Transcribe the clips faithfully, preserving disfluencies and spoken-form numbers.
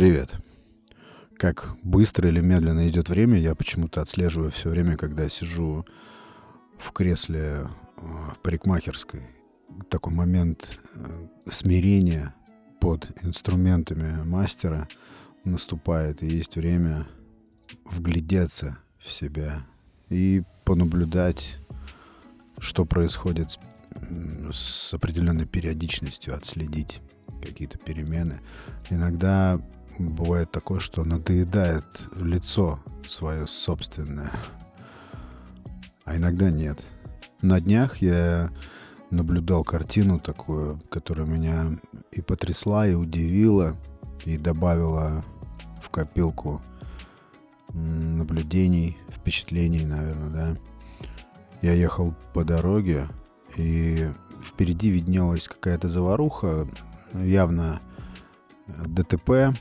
Привет. Как быстро или медленно идет время, я почему-то отслеживаю все время, когда сижу в кресле э, в парикмахерской. Такой момент э, смирения под инструментами мастера наступает, и есть время вглядеться в себя и понаблюдать, что происходит с, м, с определенной периодичностью, отследить какие-то перемены. Иногда бывает такое, что надоедает лицо свое собственное, а иногда нет. На днях я наблюдал картину такую, которая меня и потрясла, и удивила, и добавила в копилку м, наблюдений, впечатлений, наверное, да. Я ехал по дороге, и впереди виднелась какая-то заваруха, явно ДТП.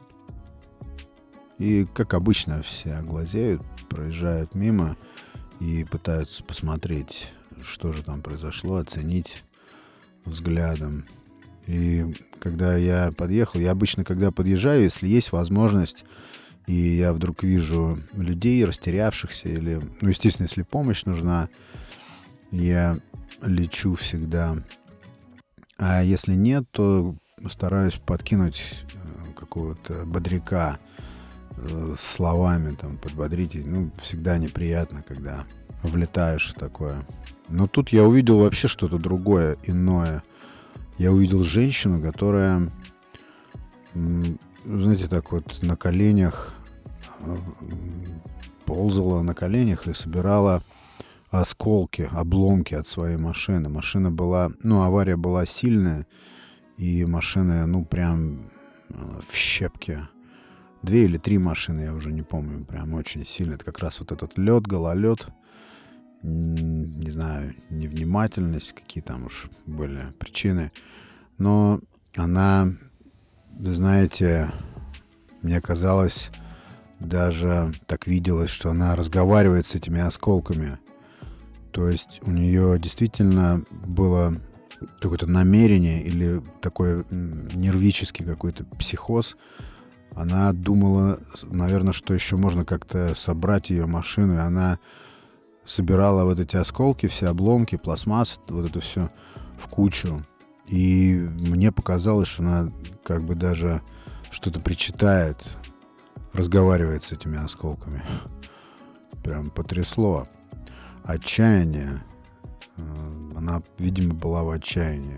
И, как обычно, все глазеют, проезжают мимо и пытаются посмотреть, что же там произошло, оценить взглядом. И когда я подъехал, я обычно, когда подъезжаю, если есть возможность, и я вдруг вижу людей, растерявшихся, или, ну, естественно, если помощь нужна, я лечу всегда. А если нет, то стараюсь подкинуть э, какого-то бодряка, э, словами там подбодрить. Ну, всегда неприятно, когда влетаешь в такое. Но тут я увидел вообще что-то другое, иное. Я увидел женщину, которая, м, знаете, так вот на коленях э, ползала на коленях и собирала осколки, обломки от своей машины. Машина была, ну, авария была сильная, и машина, ну, прям э, в щепки. Две или три машины, я уже не помню, прям очень сильно. Это как раз вот этот лед, гололед, м, не знаю, невнимательность, какие там уж были причины. Но она, вы знаете, мне казалось, даже так виделось, что она разговаривает с этими осколками. То есть у нее действительно было какое-то намерение или такой м, нервический какой-то психоз. Она думала, наверное, что еще можно как-то собрать ее машину, и она собирала вот эти осколки, все обломки, пластмасс, вот это все в кучу. И мне показалось, что она как бы даже что-то причитает, разговаривает с этими осколками. Прям потрясло. Отчаяние. Она, видимо, была в отчаянии.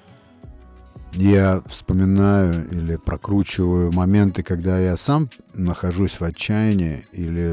Я вспоминаю или прокручиваю моменты, когда я сам нахожусь в отчаянии или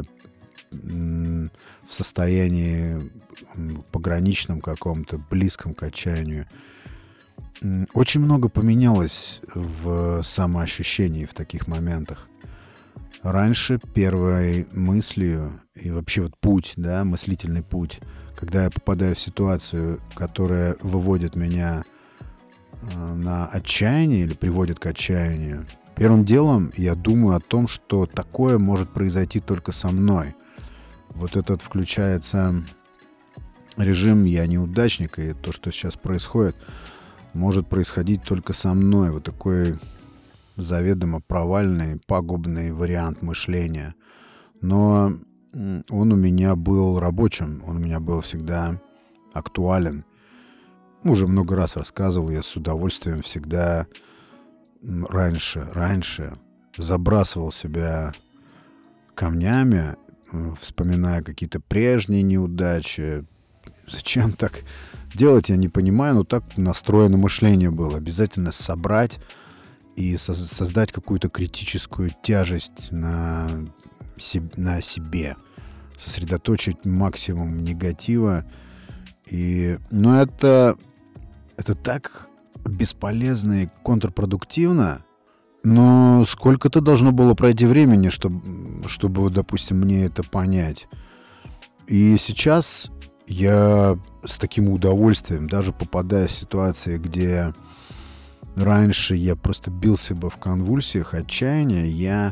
м, в состоянии м, пограничном каком-то, близком к отчаянию. М, Очень много поменялось в самоощущении в таких моментах. Раньше первой мыслью и вообще вот путь, да, мыслительный путь, когда я попадаю в ситуацию, которая выводит меня э, на отчаяние или приводит к отчаянию, первым делом я думаю о том, что такое может произойти только со мной. Вот этот включается режим «я неудачник», и то, что сейчас происходит, может происходить только со мной. Вот такой заведомо провальный, пагубный вариант мышления. Но м, он у меня был рабочим, он у меня был всегда актуален. Уже много раз рассказывал, я с удовольствием всегда м, раньше, раньше забрасывал себя камнями, м, вспоминая какие-то прежние неудачи. Зачем так делать, я не понимаю, но так настроено мышление было. Обязательно собрать и со- создать какую-то критическую тяжесть на, себ- на себе, сосредоточить максимум негатива. И, но это, это так бесполезно и контрпродуктивно, но сколько-то должно было пройти времени, чтобы, чтобы, вот, допустим, мне это понять. И сейчас я с таким удовольствием, даже попадая в ситуации, где раньше я просто бился бы в конвульсиях отчаяния, я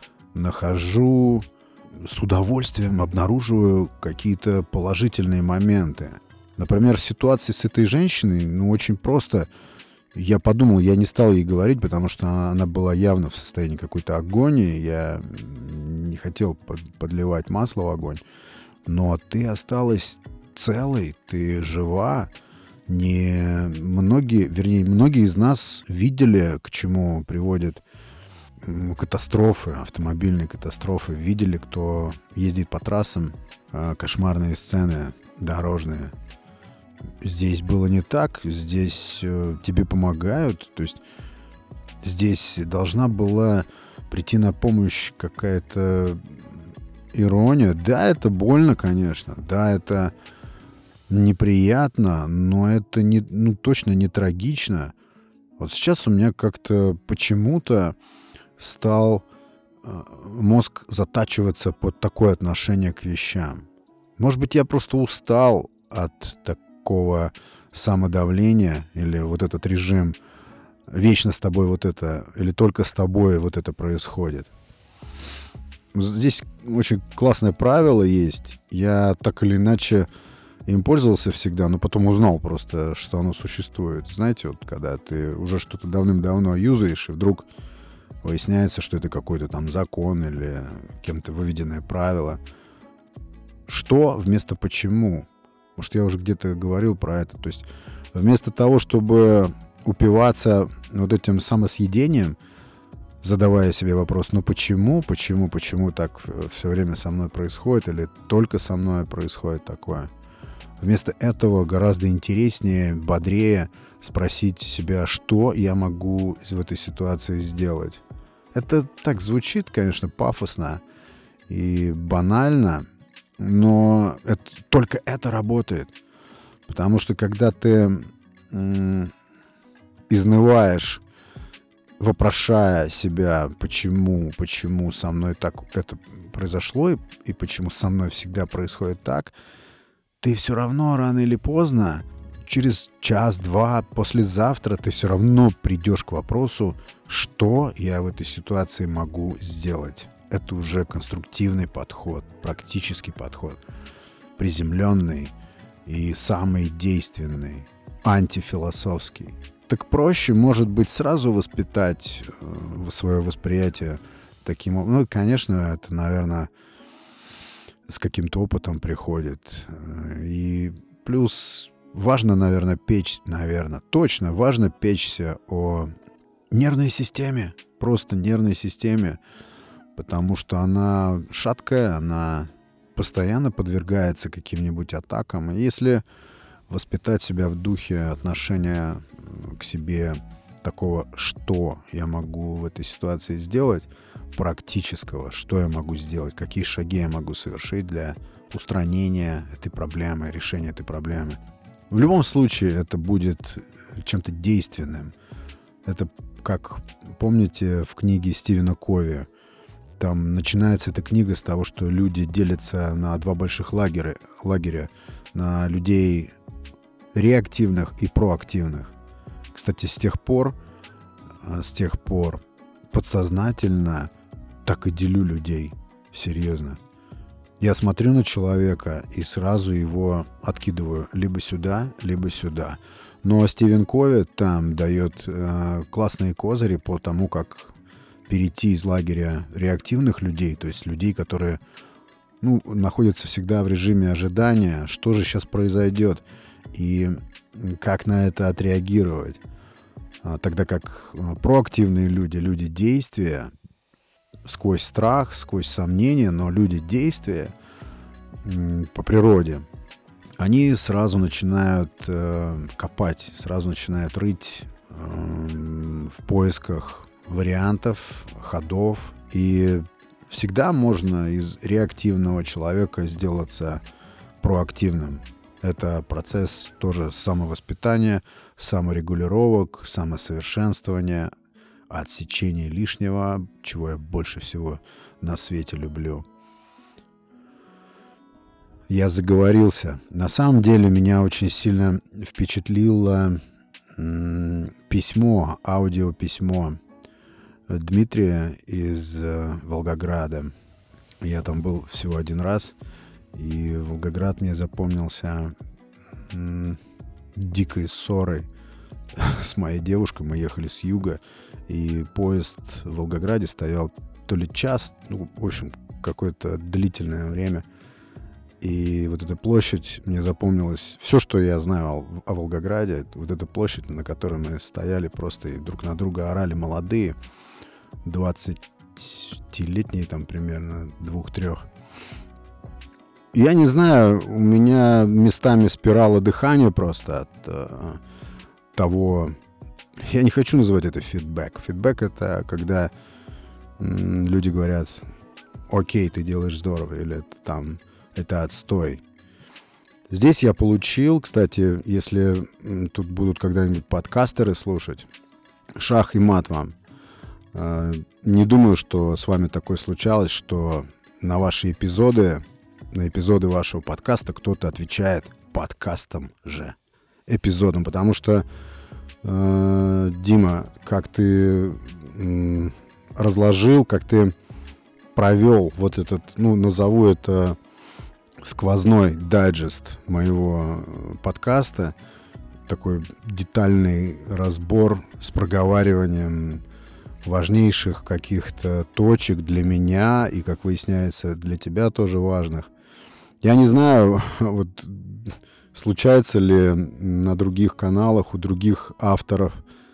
нахожу, с удовольствием обнаруживаю какие-то положительные моменты. Например, в ситуации с этой женщиной, ну, очень просто. Я подумал, я не стал ей говорить, потому что она была явно в состоянии какой-то агонии. Я не хотел под, подливать масло в огонь. Но ты осталась целой, ты жива. Не многие, вернее, многие из нас видели, к чему приводят катастрофы, автомобильные катастрофы. Видели, кто ездит по трассам, кошмарные сцены дорожные. Здесь было не так. Здесь э, тебе помогают. То есть здесь должна была прийти на помощь какая-то ирония. Да, это больно, конечно. Да, это неприятно, но это не, ну, точно не трагично. Вот сейчас у меня как-то почему-то стал э, мозг затачиваться под такое отношение к вещам. Может быть, я просто устал от такого самодавления, или вот этот режим вечно с тобой вот это, или только с тобой вот это происходит. Здесь очень классное правило есть. Я так или иначе им пользовался всегда, но потом узнал просто, что оно существует. Знаете, вот когда ты уже что-то давным-давно юзаешь, и вдруг выясняется, что это какой-то там закон или кем-то выведенное правило. Что вместо почему? Может, я уже где-то говорил про это. То есть вместо того, чтобы упиваться вот этим самосъедением, задавая себе вопрос, ну почему, почему, почему так все время со мной происходит, или только со мной происходит такое? Вместо этого гораздо интереснее, бодрее спросить себя, что я могу в этой ситуации сделать. Это так звучит, конечно, пафосно и банально, но это, только это работает. Потому что когда ты м- изнываешь, вопрошая себя, почему, почему со мной так это произошло, и, и почему со мной всегда происходит так, ты все равно рано или поздно, через час-два, послезавтра, ты все равно придешь к вопросу, что я в этой ситуации могу сделать. Это уже конструктивный подход, практический подход, приземленный и самый действенный, антифилософский. Так проще, может быть, сразу воспитать э, свое восприятие таким образом. Ну, конечно, это, наверное, с каким-то опытом приходит. И плюс важно, наверное, печь, наверное, точно важно печься о нервной системе, просто нервной системе, потому что она шаткая, она постоянно подвергается каким-нибудь атакам. И если воспитать себя в духе отношения к себе такого, что я могу в этой ситуации сделать, практического, что я могу сделать, какие шаги я могу совершить для устранения этой проблемы, решения этой проблемы. В любом случае это будет чем-то действенным. Это как, помните, в книге Стивена Кови, там начинается эта книга с того, что люди делятся на два больших лагеря, лагеря на людей реактивных и проактивных. Кстати, с тех пор, с тех пор подсознательно так и делю людей. Серьезно. Я смотрю на человека и сразу его откидываю либо сюда, либо сюда. Но Стивен Кови там дает э, классные козыри по тому, как перейти из лагеря реактивных людей, то есть людей, которые ну, находятся всегда в режиме ожидания, что же сейчас произойдет и как на это отреагировать. Тогда как проактивные люди, люди действия, сквозь страх, сквозь сомнения, но люди действия по природе, они сразу начинают э, копать, сразу начинают рыть э, в поисках вариантов, ходов. И всегда можно из реактивного человека сделаться проактивным. Это процесс тоже самовоспитания, саморегулировок, самосовершенствования, отсечения лишнего, чего я больше всего на свете люблю. Я заговорился. На самом деле меня очень сильно впечатлило м- письмо, аудиописьмо Дмитрия из э, Волгограда. Я там был всего один раз, и Волгоград мне запомнился м- дикой ссорой с моей девушкой, мы ехали с юга, и поезд в Волгограде стоял то ли час, ну, в общем, какое-то длительное время. И вот эта площадь мне запомнилась. Все, что я знаю о, о Волгограде, это вот эта площадь, на которой мы стояли просто и друг на друга орали молодые, двадцатилетние там примерно, двух-трех. Я не знаю, у меня местами спирала дыхания просто от э, того... Я не хочу называть это фидбэк. Фидбэк — это когда м, люди говорят: окей, ты делаешь здорово, или это там... это отстой. Здесь я получил, кстати, если тут будут когда-нибудь подкастеры слушать, шах и мат вам. Не думаю, что с вами такое случалось, что на ваши эпизоды, на эпизоды вашего подкаста кто-то отвечает подкастом же. Эпизодом, потому что, э, Дима, как ты э, разложил, как ты провел вот этот, ну, назову это сквозной дайджест моего подкаста, такой детальный разбор с проговариванием важнейших каких-то точек для меня и, как выясняется, для тебя тоже важных. Я не знаю, вот случается ли на других каналах у других авторов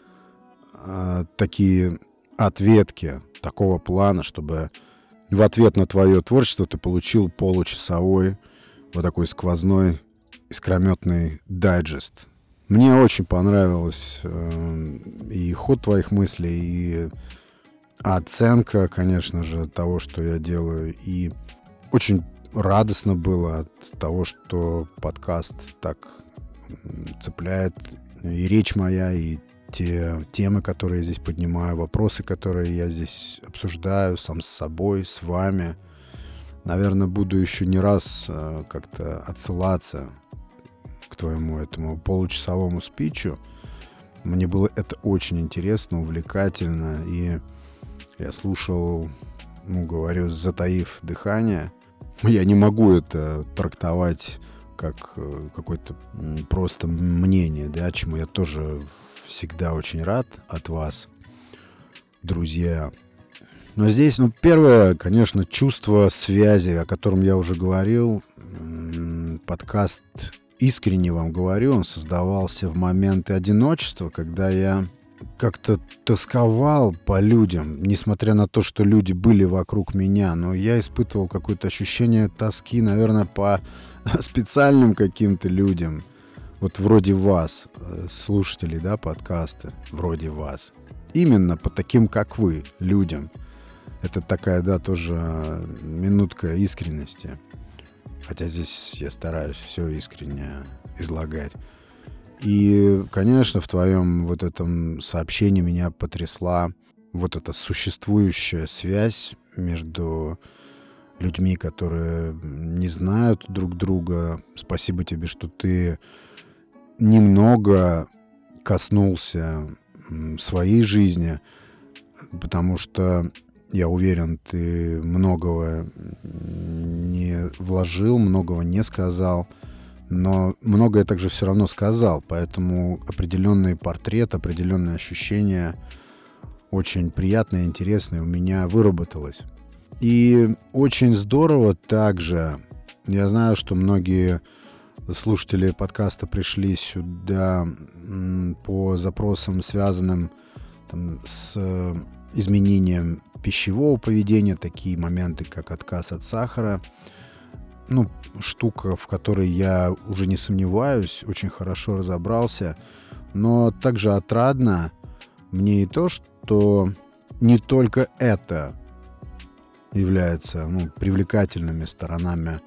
э, такие ответки такого плана, чтобы в ответ на твое творчество ты получил получасовой вот такой сквозной искрометный дайджест. Мне очень понравилось э, и ход твоих мыслей, и оценка, конечно же, того, что я делаю. И очень радостно было от того, что подкаст так цепляет. И речь моя, и те темы, которые я здесь поднимаю, вопросы, которые я здесь обсуждаю сам с собой, с вами. Наверное, буду еще не раз э, как-то отсылаться к твоему этому получасовому спичу. Мне было это очень интересно, увлекательно, и я слушал, ну, говорю, затаив дыхание. Я не могу это трактовать как э, какое-то просто мнение, да, чему я тоже всегда очень рад от вас, друзья. Но здесь, ну, первое, конечно, чувство связи, о котором я уже говорил. Подкаст, искренне вам говорю, он создавался в моменты одиночества, когда я как-то тосковал по людям, несмотря на то, что люди были вокруг меня, но я испытывал какое-то ощущение тоски, наверное, по специальным каким-то людям. Вот вроде вас, слушателей, да, подкаста, вроде вас. Именно по таким, как вы, людям. Это такая, да, тоже минутка искренности. Хотя здесь я стараюсь все искренне излагать. И, конечно, в твоем вот этом сообщении меня потрясла вот эта существующая связь между людьми, которые не знают друг друга. Спасибо тебе, что ты немного коснулся своей жизни, потому что, я уверен, ты многого не вложил, многого не сказал, но многое также все равно сказал, поэтому определенный портрет, определенное ощущение очень приятное и интересное у меня выработалось. И очень здорово также, я знаю, что многие слушатели подкаста пришли сюда по запросам, связанным там, с изменением пищевого поведения, такие моменты, как отказ от сахара. Ну, штука, в которой я уже не сомневаюсь, очень хорошо разобрался. Но также отрадно мне и то, что не только это является, ну, привлекательными сторонами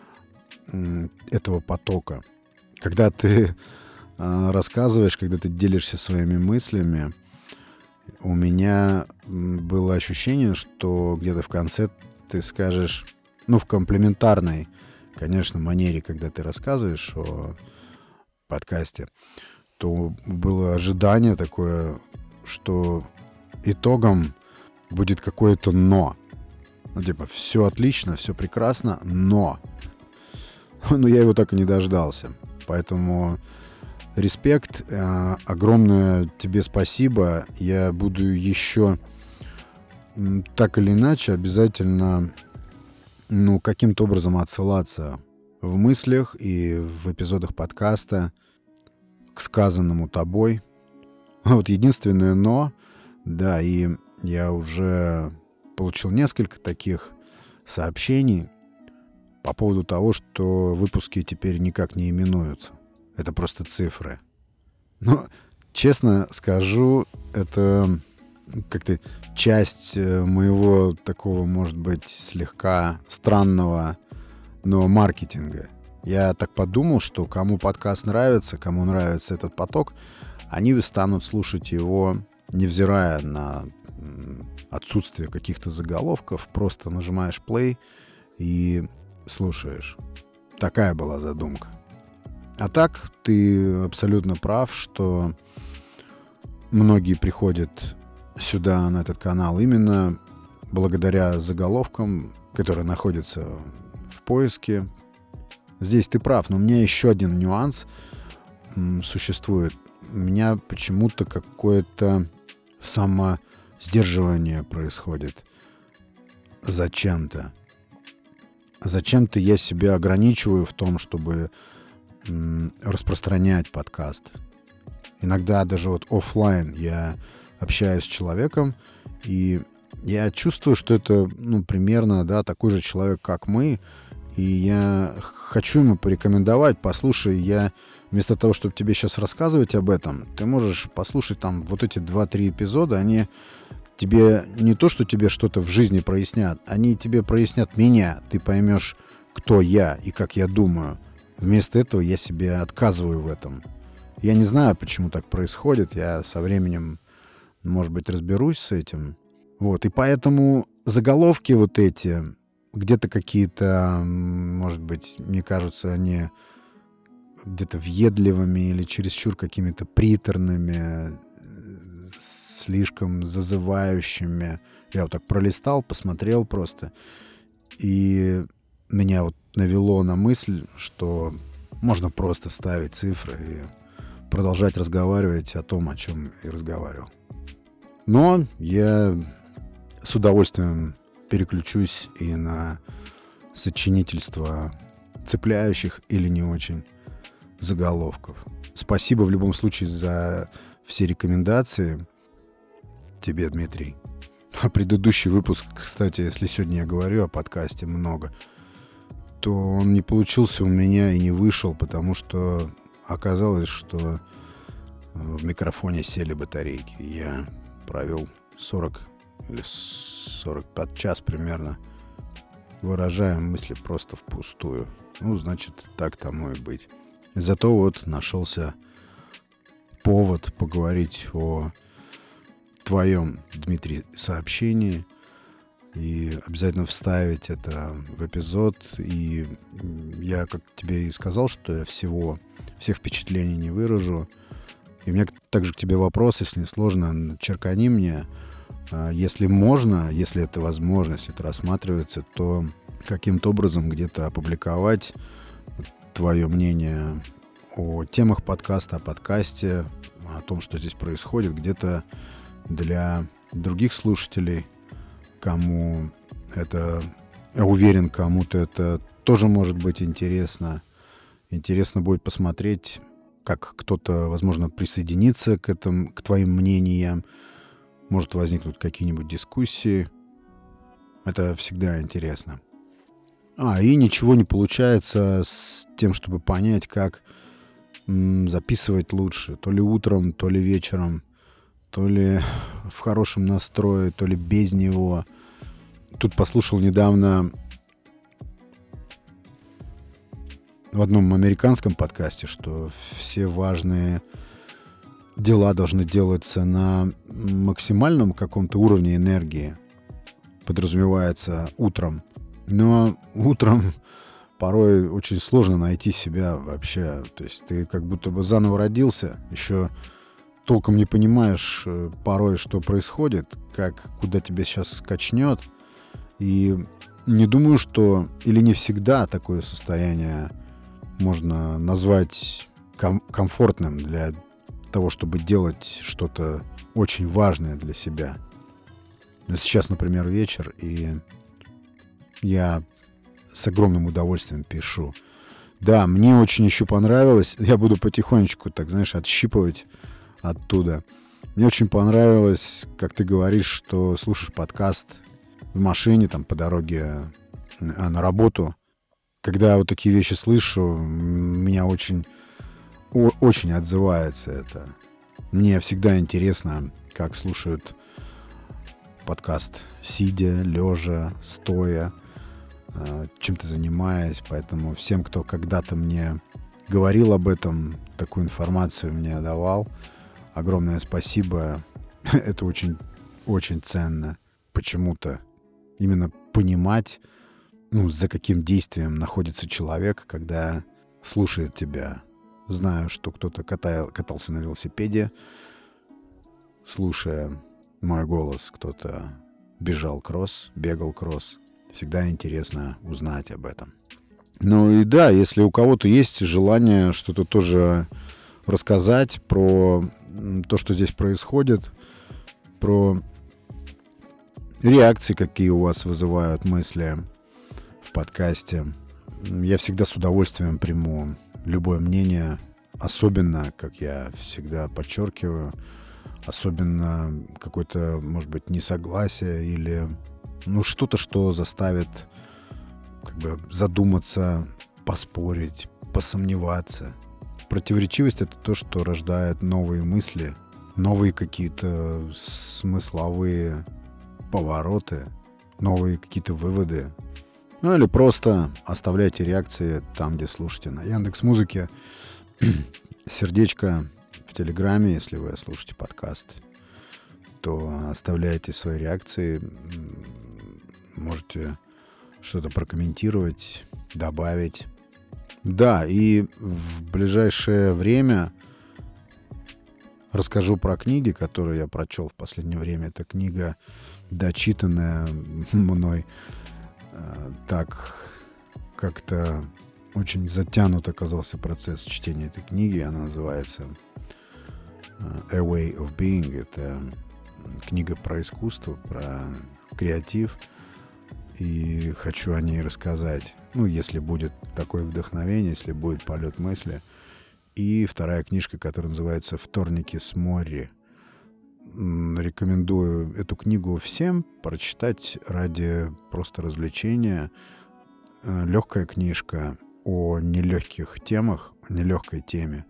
этого потока. Когда ты э, рассказываешь, когда ты делишься своими мыслями, у меня было ощущение, что где-то в конце ты скажешь, ну, в комплиментарной, конечно, манере, когда ты рассказываешь о подкасте, то было ожидание такое, что итогом будет какое-то «но». Ну, типа, все отлично, все прекрасно, но... Но я его так и не дождался. Поэтому респект, э, огромное тебе спасибо. Я буду еще м, так или иначе обязательно ну, каким-то образом отсылаться в мыслях и в эпизодах подкаста к сказанному тобой. Вот единственное «но», да, и я уже получил несколько таких сообщений по поводу того, что выпуски теперь никак не именуются. Это просто цифры. Но, честно скажу, это как-то часть моего такого, может быть, слегка странного, но маркетинга. Я так подумал, что кому подкаст нравится, кому нравится этот поток, они станут слушать его, невзирая на отсутствие каких-то заголовков, просто нажимаешь play и слушаешь. Такая была задумка. А так, ты абсолютно прав, что многие приходят сюда, на этот канал, именно благодаря заголовкам, которые находятся в поиске. Здесь ты прав, но у меня еще один нюанс м, существует. У меня почему-то какое-то самосдерживание происходит. Зачем-то. Зачем-то я себя ограничиваю в том, чтобы м, распространять подкаст. Иногда даже вот офлайн я общаюсь с человеком, и я чувствую, что это, ну, примерно, да, такой же человек, как мы, и я хочу ему порекомендовать: послушай, я вместо того, чтобы тебе сейчас рассказывать об этом, ты можешь послушать там вот эти два-три эпизода, они тебе не то, что тебе что-то в жизни прояснят, они тебе прояснят меня, ты поймешь, кто я и как я думаю. Вместо этого я себе отказываю в этом. Я не знаю, почему так происходит, я со временем, может быть, разберусь с этим. Вот, и поэтому заголовки вот эти, где-то какие-то, может быть, мне кажутся, они где-то въедливыми или чересчур какими-то приторными, слишком зазывающими. Я вот так пролистал, посмотрел просто, и меня вот навело на мысль, что можно просто ставить цифры и продолжать разговаривать о том, о чем и разговаривал. Но я с удовольствием переключусь и на сочинительство цепляющих или не очень заголовков. Спасибо в любом случае за все рекомендации тебе, Дмитрий. А предыдущий выпуск, кстати, если сегодня я говорю о подкасте много, то он не получился у меня и не вышел, потому что оказалось, что в микрофоне сели батарейки. Я провел сорок или сорок пять час примерно, выражая мысли просто впустую. Ну, значит, так тому и быть. Зато вот нашелся повод поговорить о твоем, Дмитрий, сообщении и обязательно вставить это в эпизод. И я, как тебе и сказал, что я всего, всех впечатлений не выражу. И у меня также к тебе вопрос, если не сложно, черкани мне. Если можно, если это возможность, это рассматривается, то каким-то образом где-то опубликовать твое мнение о темах подкаста, о подкасте, о том, что здесь происходит, где-то для других слушателей, кому это, я уверен, кому-то это тоже может быть интересно. Интересно будет посмотреть, как кто-то, возможно, присоединится к этому, к твоим мнениям. Может возникнуть какие-нибудь дискуссии. Это всегда интересно. А, и ничего не получается с тем, чтобы понять, как м, записывать лучше. То ли утром, то ли вечером, то ли в хорошем настрое, то ли без него. Тут послушал недавно в одном американском подкасте, что все важные дела должны делаться на максимальном каком-то уровне энергии. Подразумевается утром. Но утром порой очень сложно найти себя вообще. То есть ты как будто бы заново родился, еще толком не понимаешь порой, что происходит, как, куда тебя сейчас скачнет. И не думаю, что или не всегда такое состояние можно назвать ком- комфортным для того, чтобы делать что-то очень важное для себя. Вот сейчас, например, вечер, и я с огромным удовольствием пишу. Да, мне очень еще понравилось. Я буду потихонечку, так знаешь, отщипывать оттуда. Мне очень понравилось, как ты говоришь, что слушаешь подкаст в машине, там, по дороге на работу. Когда я вот такие вещи слышу, меня очень, о, очень отзывается это. Мне всегда интересно, как слушают подкаст сидя, лежа, стоя, чем-то занимаясь. Поэтому всем, кто когда-то мне говорил об этом, такую информацию мне давал, огромное спасибо. Это очень, очень ценно. Почему-то именно понимать, ну, за каким действием находится человек, когда слушает тебя. Знаю, что кто-то катал, катался на велосипеде, слушая мой голос, кто-то бежал кросс, бегал кросс. Всегда интересно узнать об этом. Ну и да, если у кого-то есть желание что-то тоже рассказать про то, что здесь происходит, про реакции, какие у вас вызывают мысли в подкасте, я всегда с удовольствием приму любое мнение, особенно, как я всегда подчеркиваю, особенно какое-то, может быть, несогласие или ну, что-то, что заставит как бы задуматься, поспорить, посомневаться. Противоречивость — это то, что рождает новые мысли, новые какие-то смысловые повороты, новые какие-то выводы. Ну или просто оставляйте реакции там, где слушаете. На Яндекс.Музыке сердечко, в Телеграме, если вы слушаете подкаст, то оставляйте свои реакции, можете что-то прокомментировать, добавить. Да, и в ближайшее время расскажу про книги, которые я прочел в последнее время. Это книга, дочитанная мной так как-то очень затянут оказался процесс чтения этой книги. Она называется A Way of Being. Это книга про искусство, про креатив. И хочу о ней рассказать. Ну, если будет такое вдохновение, если будет полет мысли. И вторая книжка, которая называется «Вторники с Морри». Рекомендую эту книгу всем прочитать ради просто развлечения. Легкая книжка о нелегких темах, нелегкой теме.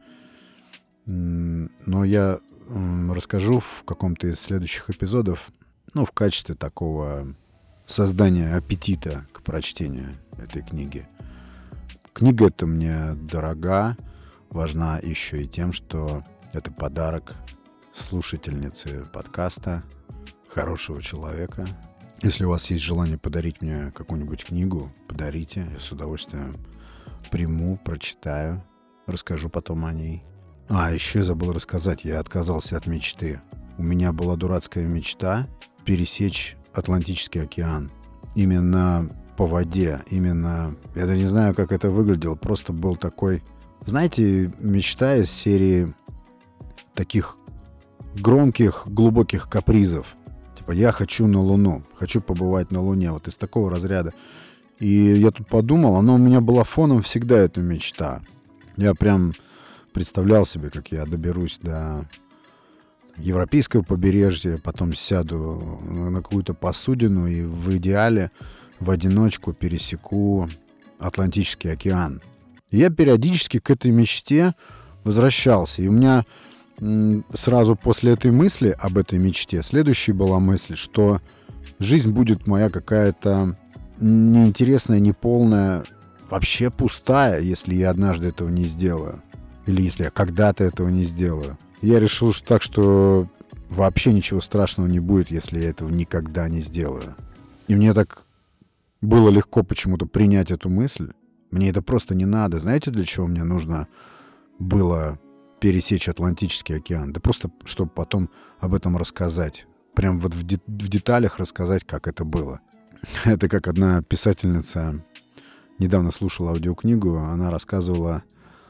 Но я расскажу в каком-то из следующих эпизодов, ну, в качестве такого создания аппетита к прочтению этой книги. Книга эта мне дорога, важна еще и тем, что это подарок слушательницы подкаста, хорошего человека. Если у вас есть желание подарить мне какую-нибудь книгу, подарите, я с удовольствием приму, прочитаю, расскажу потом о ней. А, еще забыл рассказать, я отказался от мечты. У меня была дурацкая мечта пересечь Атлантический океан. Именно по воде, именно... Я даже не знаю, как это выглядело, просто был такой... Знаете, мечта из серии таких громких, глубоких капризов. Типа, я хочу на Луну, хочу побывать на Луне, вот из такого разряда. И я тут подумал, она у меня была фоном всегда, эта мечта. Я прям представлял себе, как я доберусь до европейского побережья, потом сяду на какую-то посудину и в идеале в одиночку пересеку Атлантический океан. И я периодически к этой мечте возвращался. И у меня м, сразу после этой мысли об этой мечте следующей была мысль, что жизнь будет моя какая-то неинтересная, неполная, вообще пустая, если я однажды этого не сделаю. Или если я когда-то этого не сделаю. Я решил что так, что вообще ничего страшного не будет, если я этого никогда не сделаю. И мне так было легко почему-то принять эту мысль. Мне это просто не надо. Знаете, для чего мне нужно было пересечь Атлантический океан? Да просто, чтобы потом об этом рассказать. Прям вот в, де- в деталях рассказать, как это было. Это как одна писательница недавно слушала аудиокнигу. Она рассказывала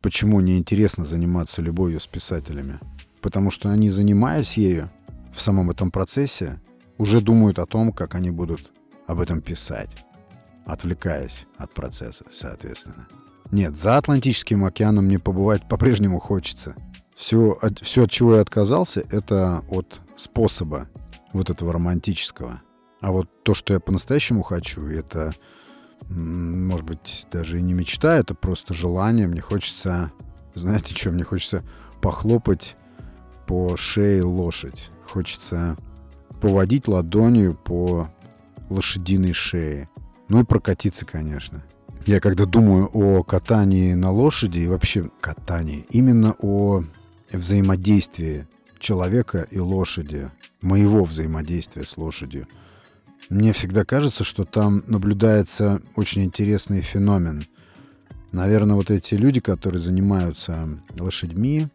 почему неинтересно заниматься любовью с писателями. Потому что они, занимаясь ею в самом этом процессе, уже думают о том, как они будут об этом писать, отвлекаясь от процесса, соответственно. Нет, за Атлантическим океаном мне побывать по-прежнему хочется. Все, от, все, от чего я отказался, это от способа вот этого романтического. А вот то, что я по-настоящему хочу, это, может быть, даже и не мечта, это просто желание. Мне хочется, знаете что, мне хочется похлопать по шее лошадь. Хочется поводить ладонью по лошадиной шее. Ну и прокатиться, конечно. Я когда думаю о катании на лошади и вообще катании, именно о взаимодействии человека и лошади, моего взаимодействия с лошадью, мне всегда кажется, что там наблюдается очень интересный феномен. Наверное, вот эти люди, которые занимаются лошадьми,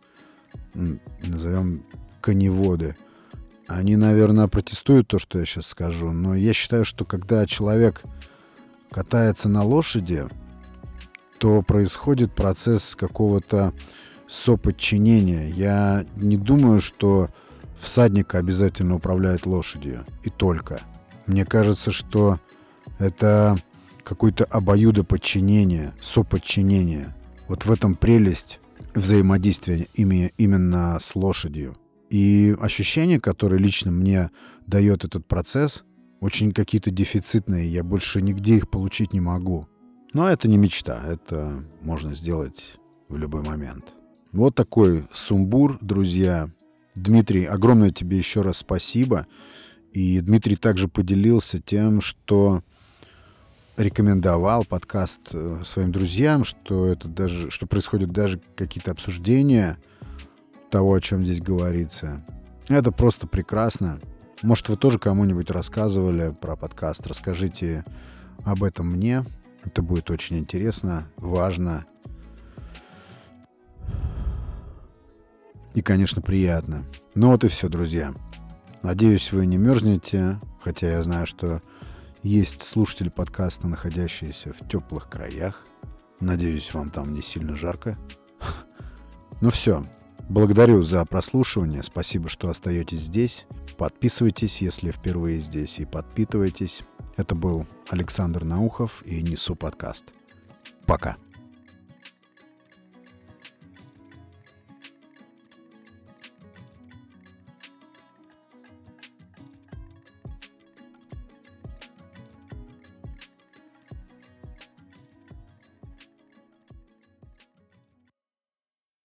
назовем коневоды, они, наверное, протестуют то, что я сейчас скажу, но я считаю, что когда человек катается на лошади, то происходит процесс какого-то соподчинения. Я не думаю, что всадник обязательно управляет лошадью, и только. Мне кажется, что это какое-то обоюдоподчинение, соподчинение. Вот в этом прелесть взаимодействия именно с лошадью. И ощущения, которые лично мне дает этот процесс, очень какие-то дефицитные. Я больше нигде их получить не могу. Но это не мечта. Это можно сделать в любой момент. Вот такой сумбур, друзья. Дмитрий, огромное тебе еще раз спасибо. И Дмитрий также поделился тем, что рекомендовал подкаст своим друзьям, что это даже, что происходят даже какие-то обсуждения того, о чем здесь говорится. Это просто прекрасно. Может, вы тоже кому-нибудь рассказывали про подкаст. Расскажите об этом мне. Это будет очень интересно, важно и, конечно, приятно. Ну вот и все, друзья. Надеюсь, вы не мерзнете, хотя я знаю, что есть слушатели подкаста, находящиеся в теплых краях. Надеюсь, вам там не сильно жарко. Ну все. Благодарю за прослушивание. Спасибо, что остаетесь здесь. Подписывайтесь, если впервые здесь, и подпитывайтесь. Это был Александр Наухов и Несу подкаст. Пока.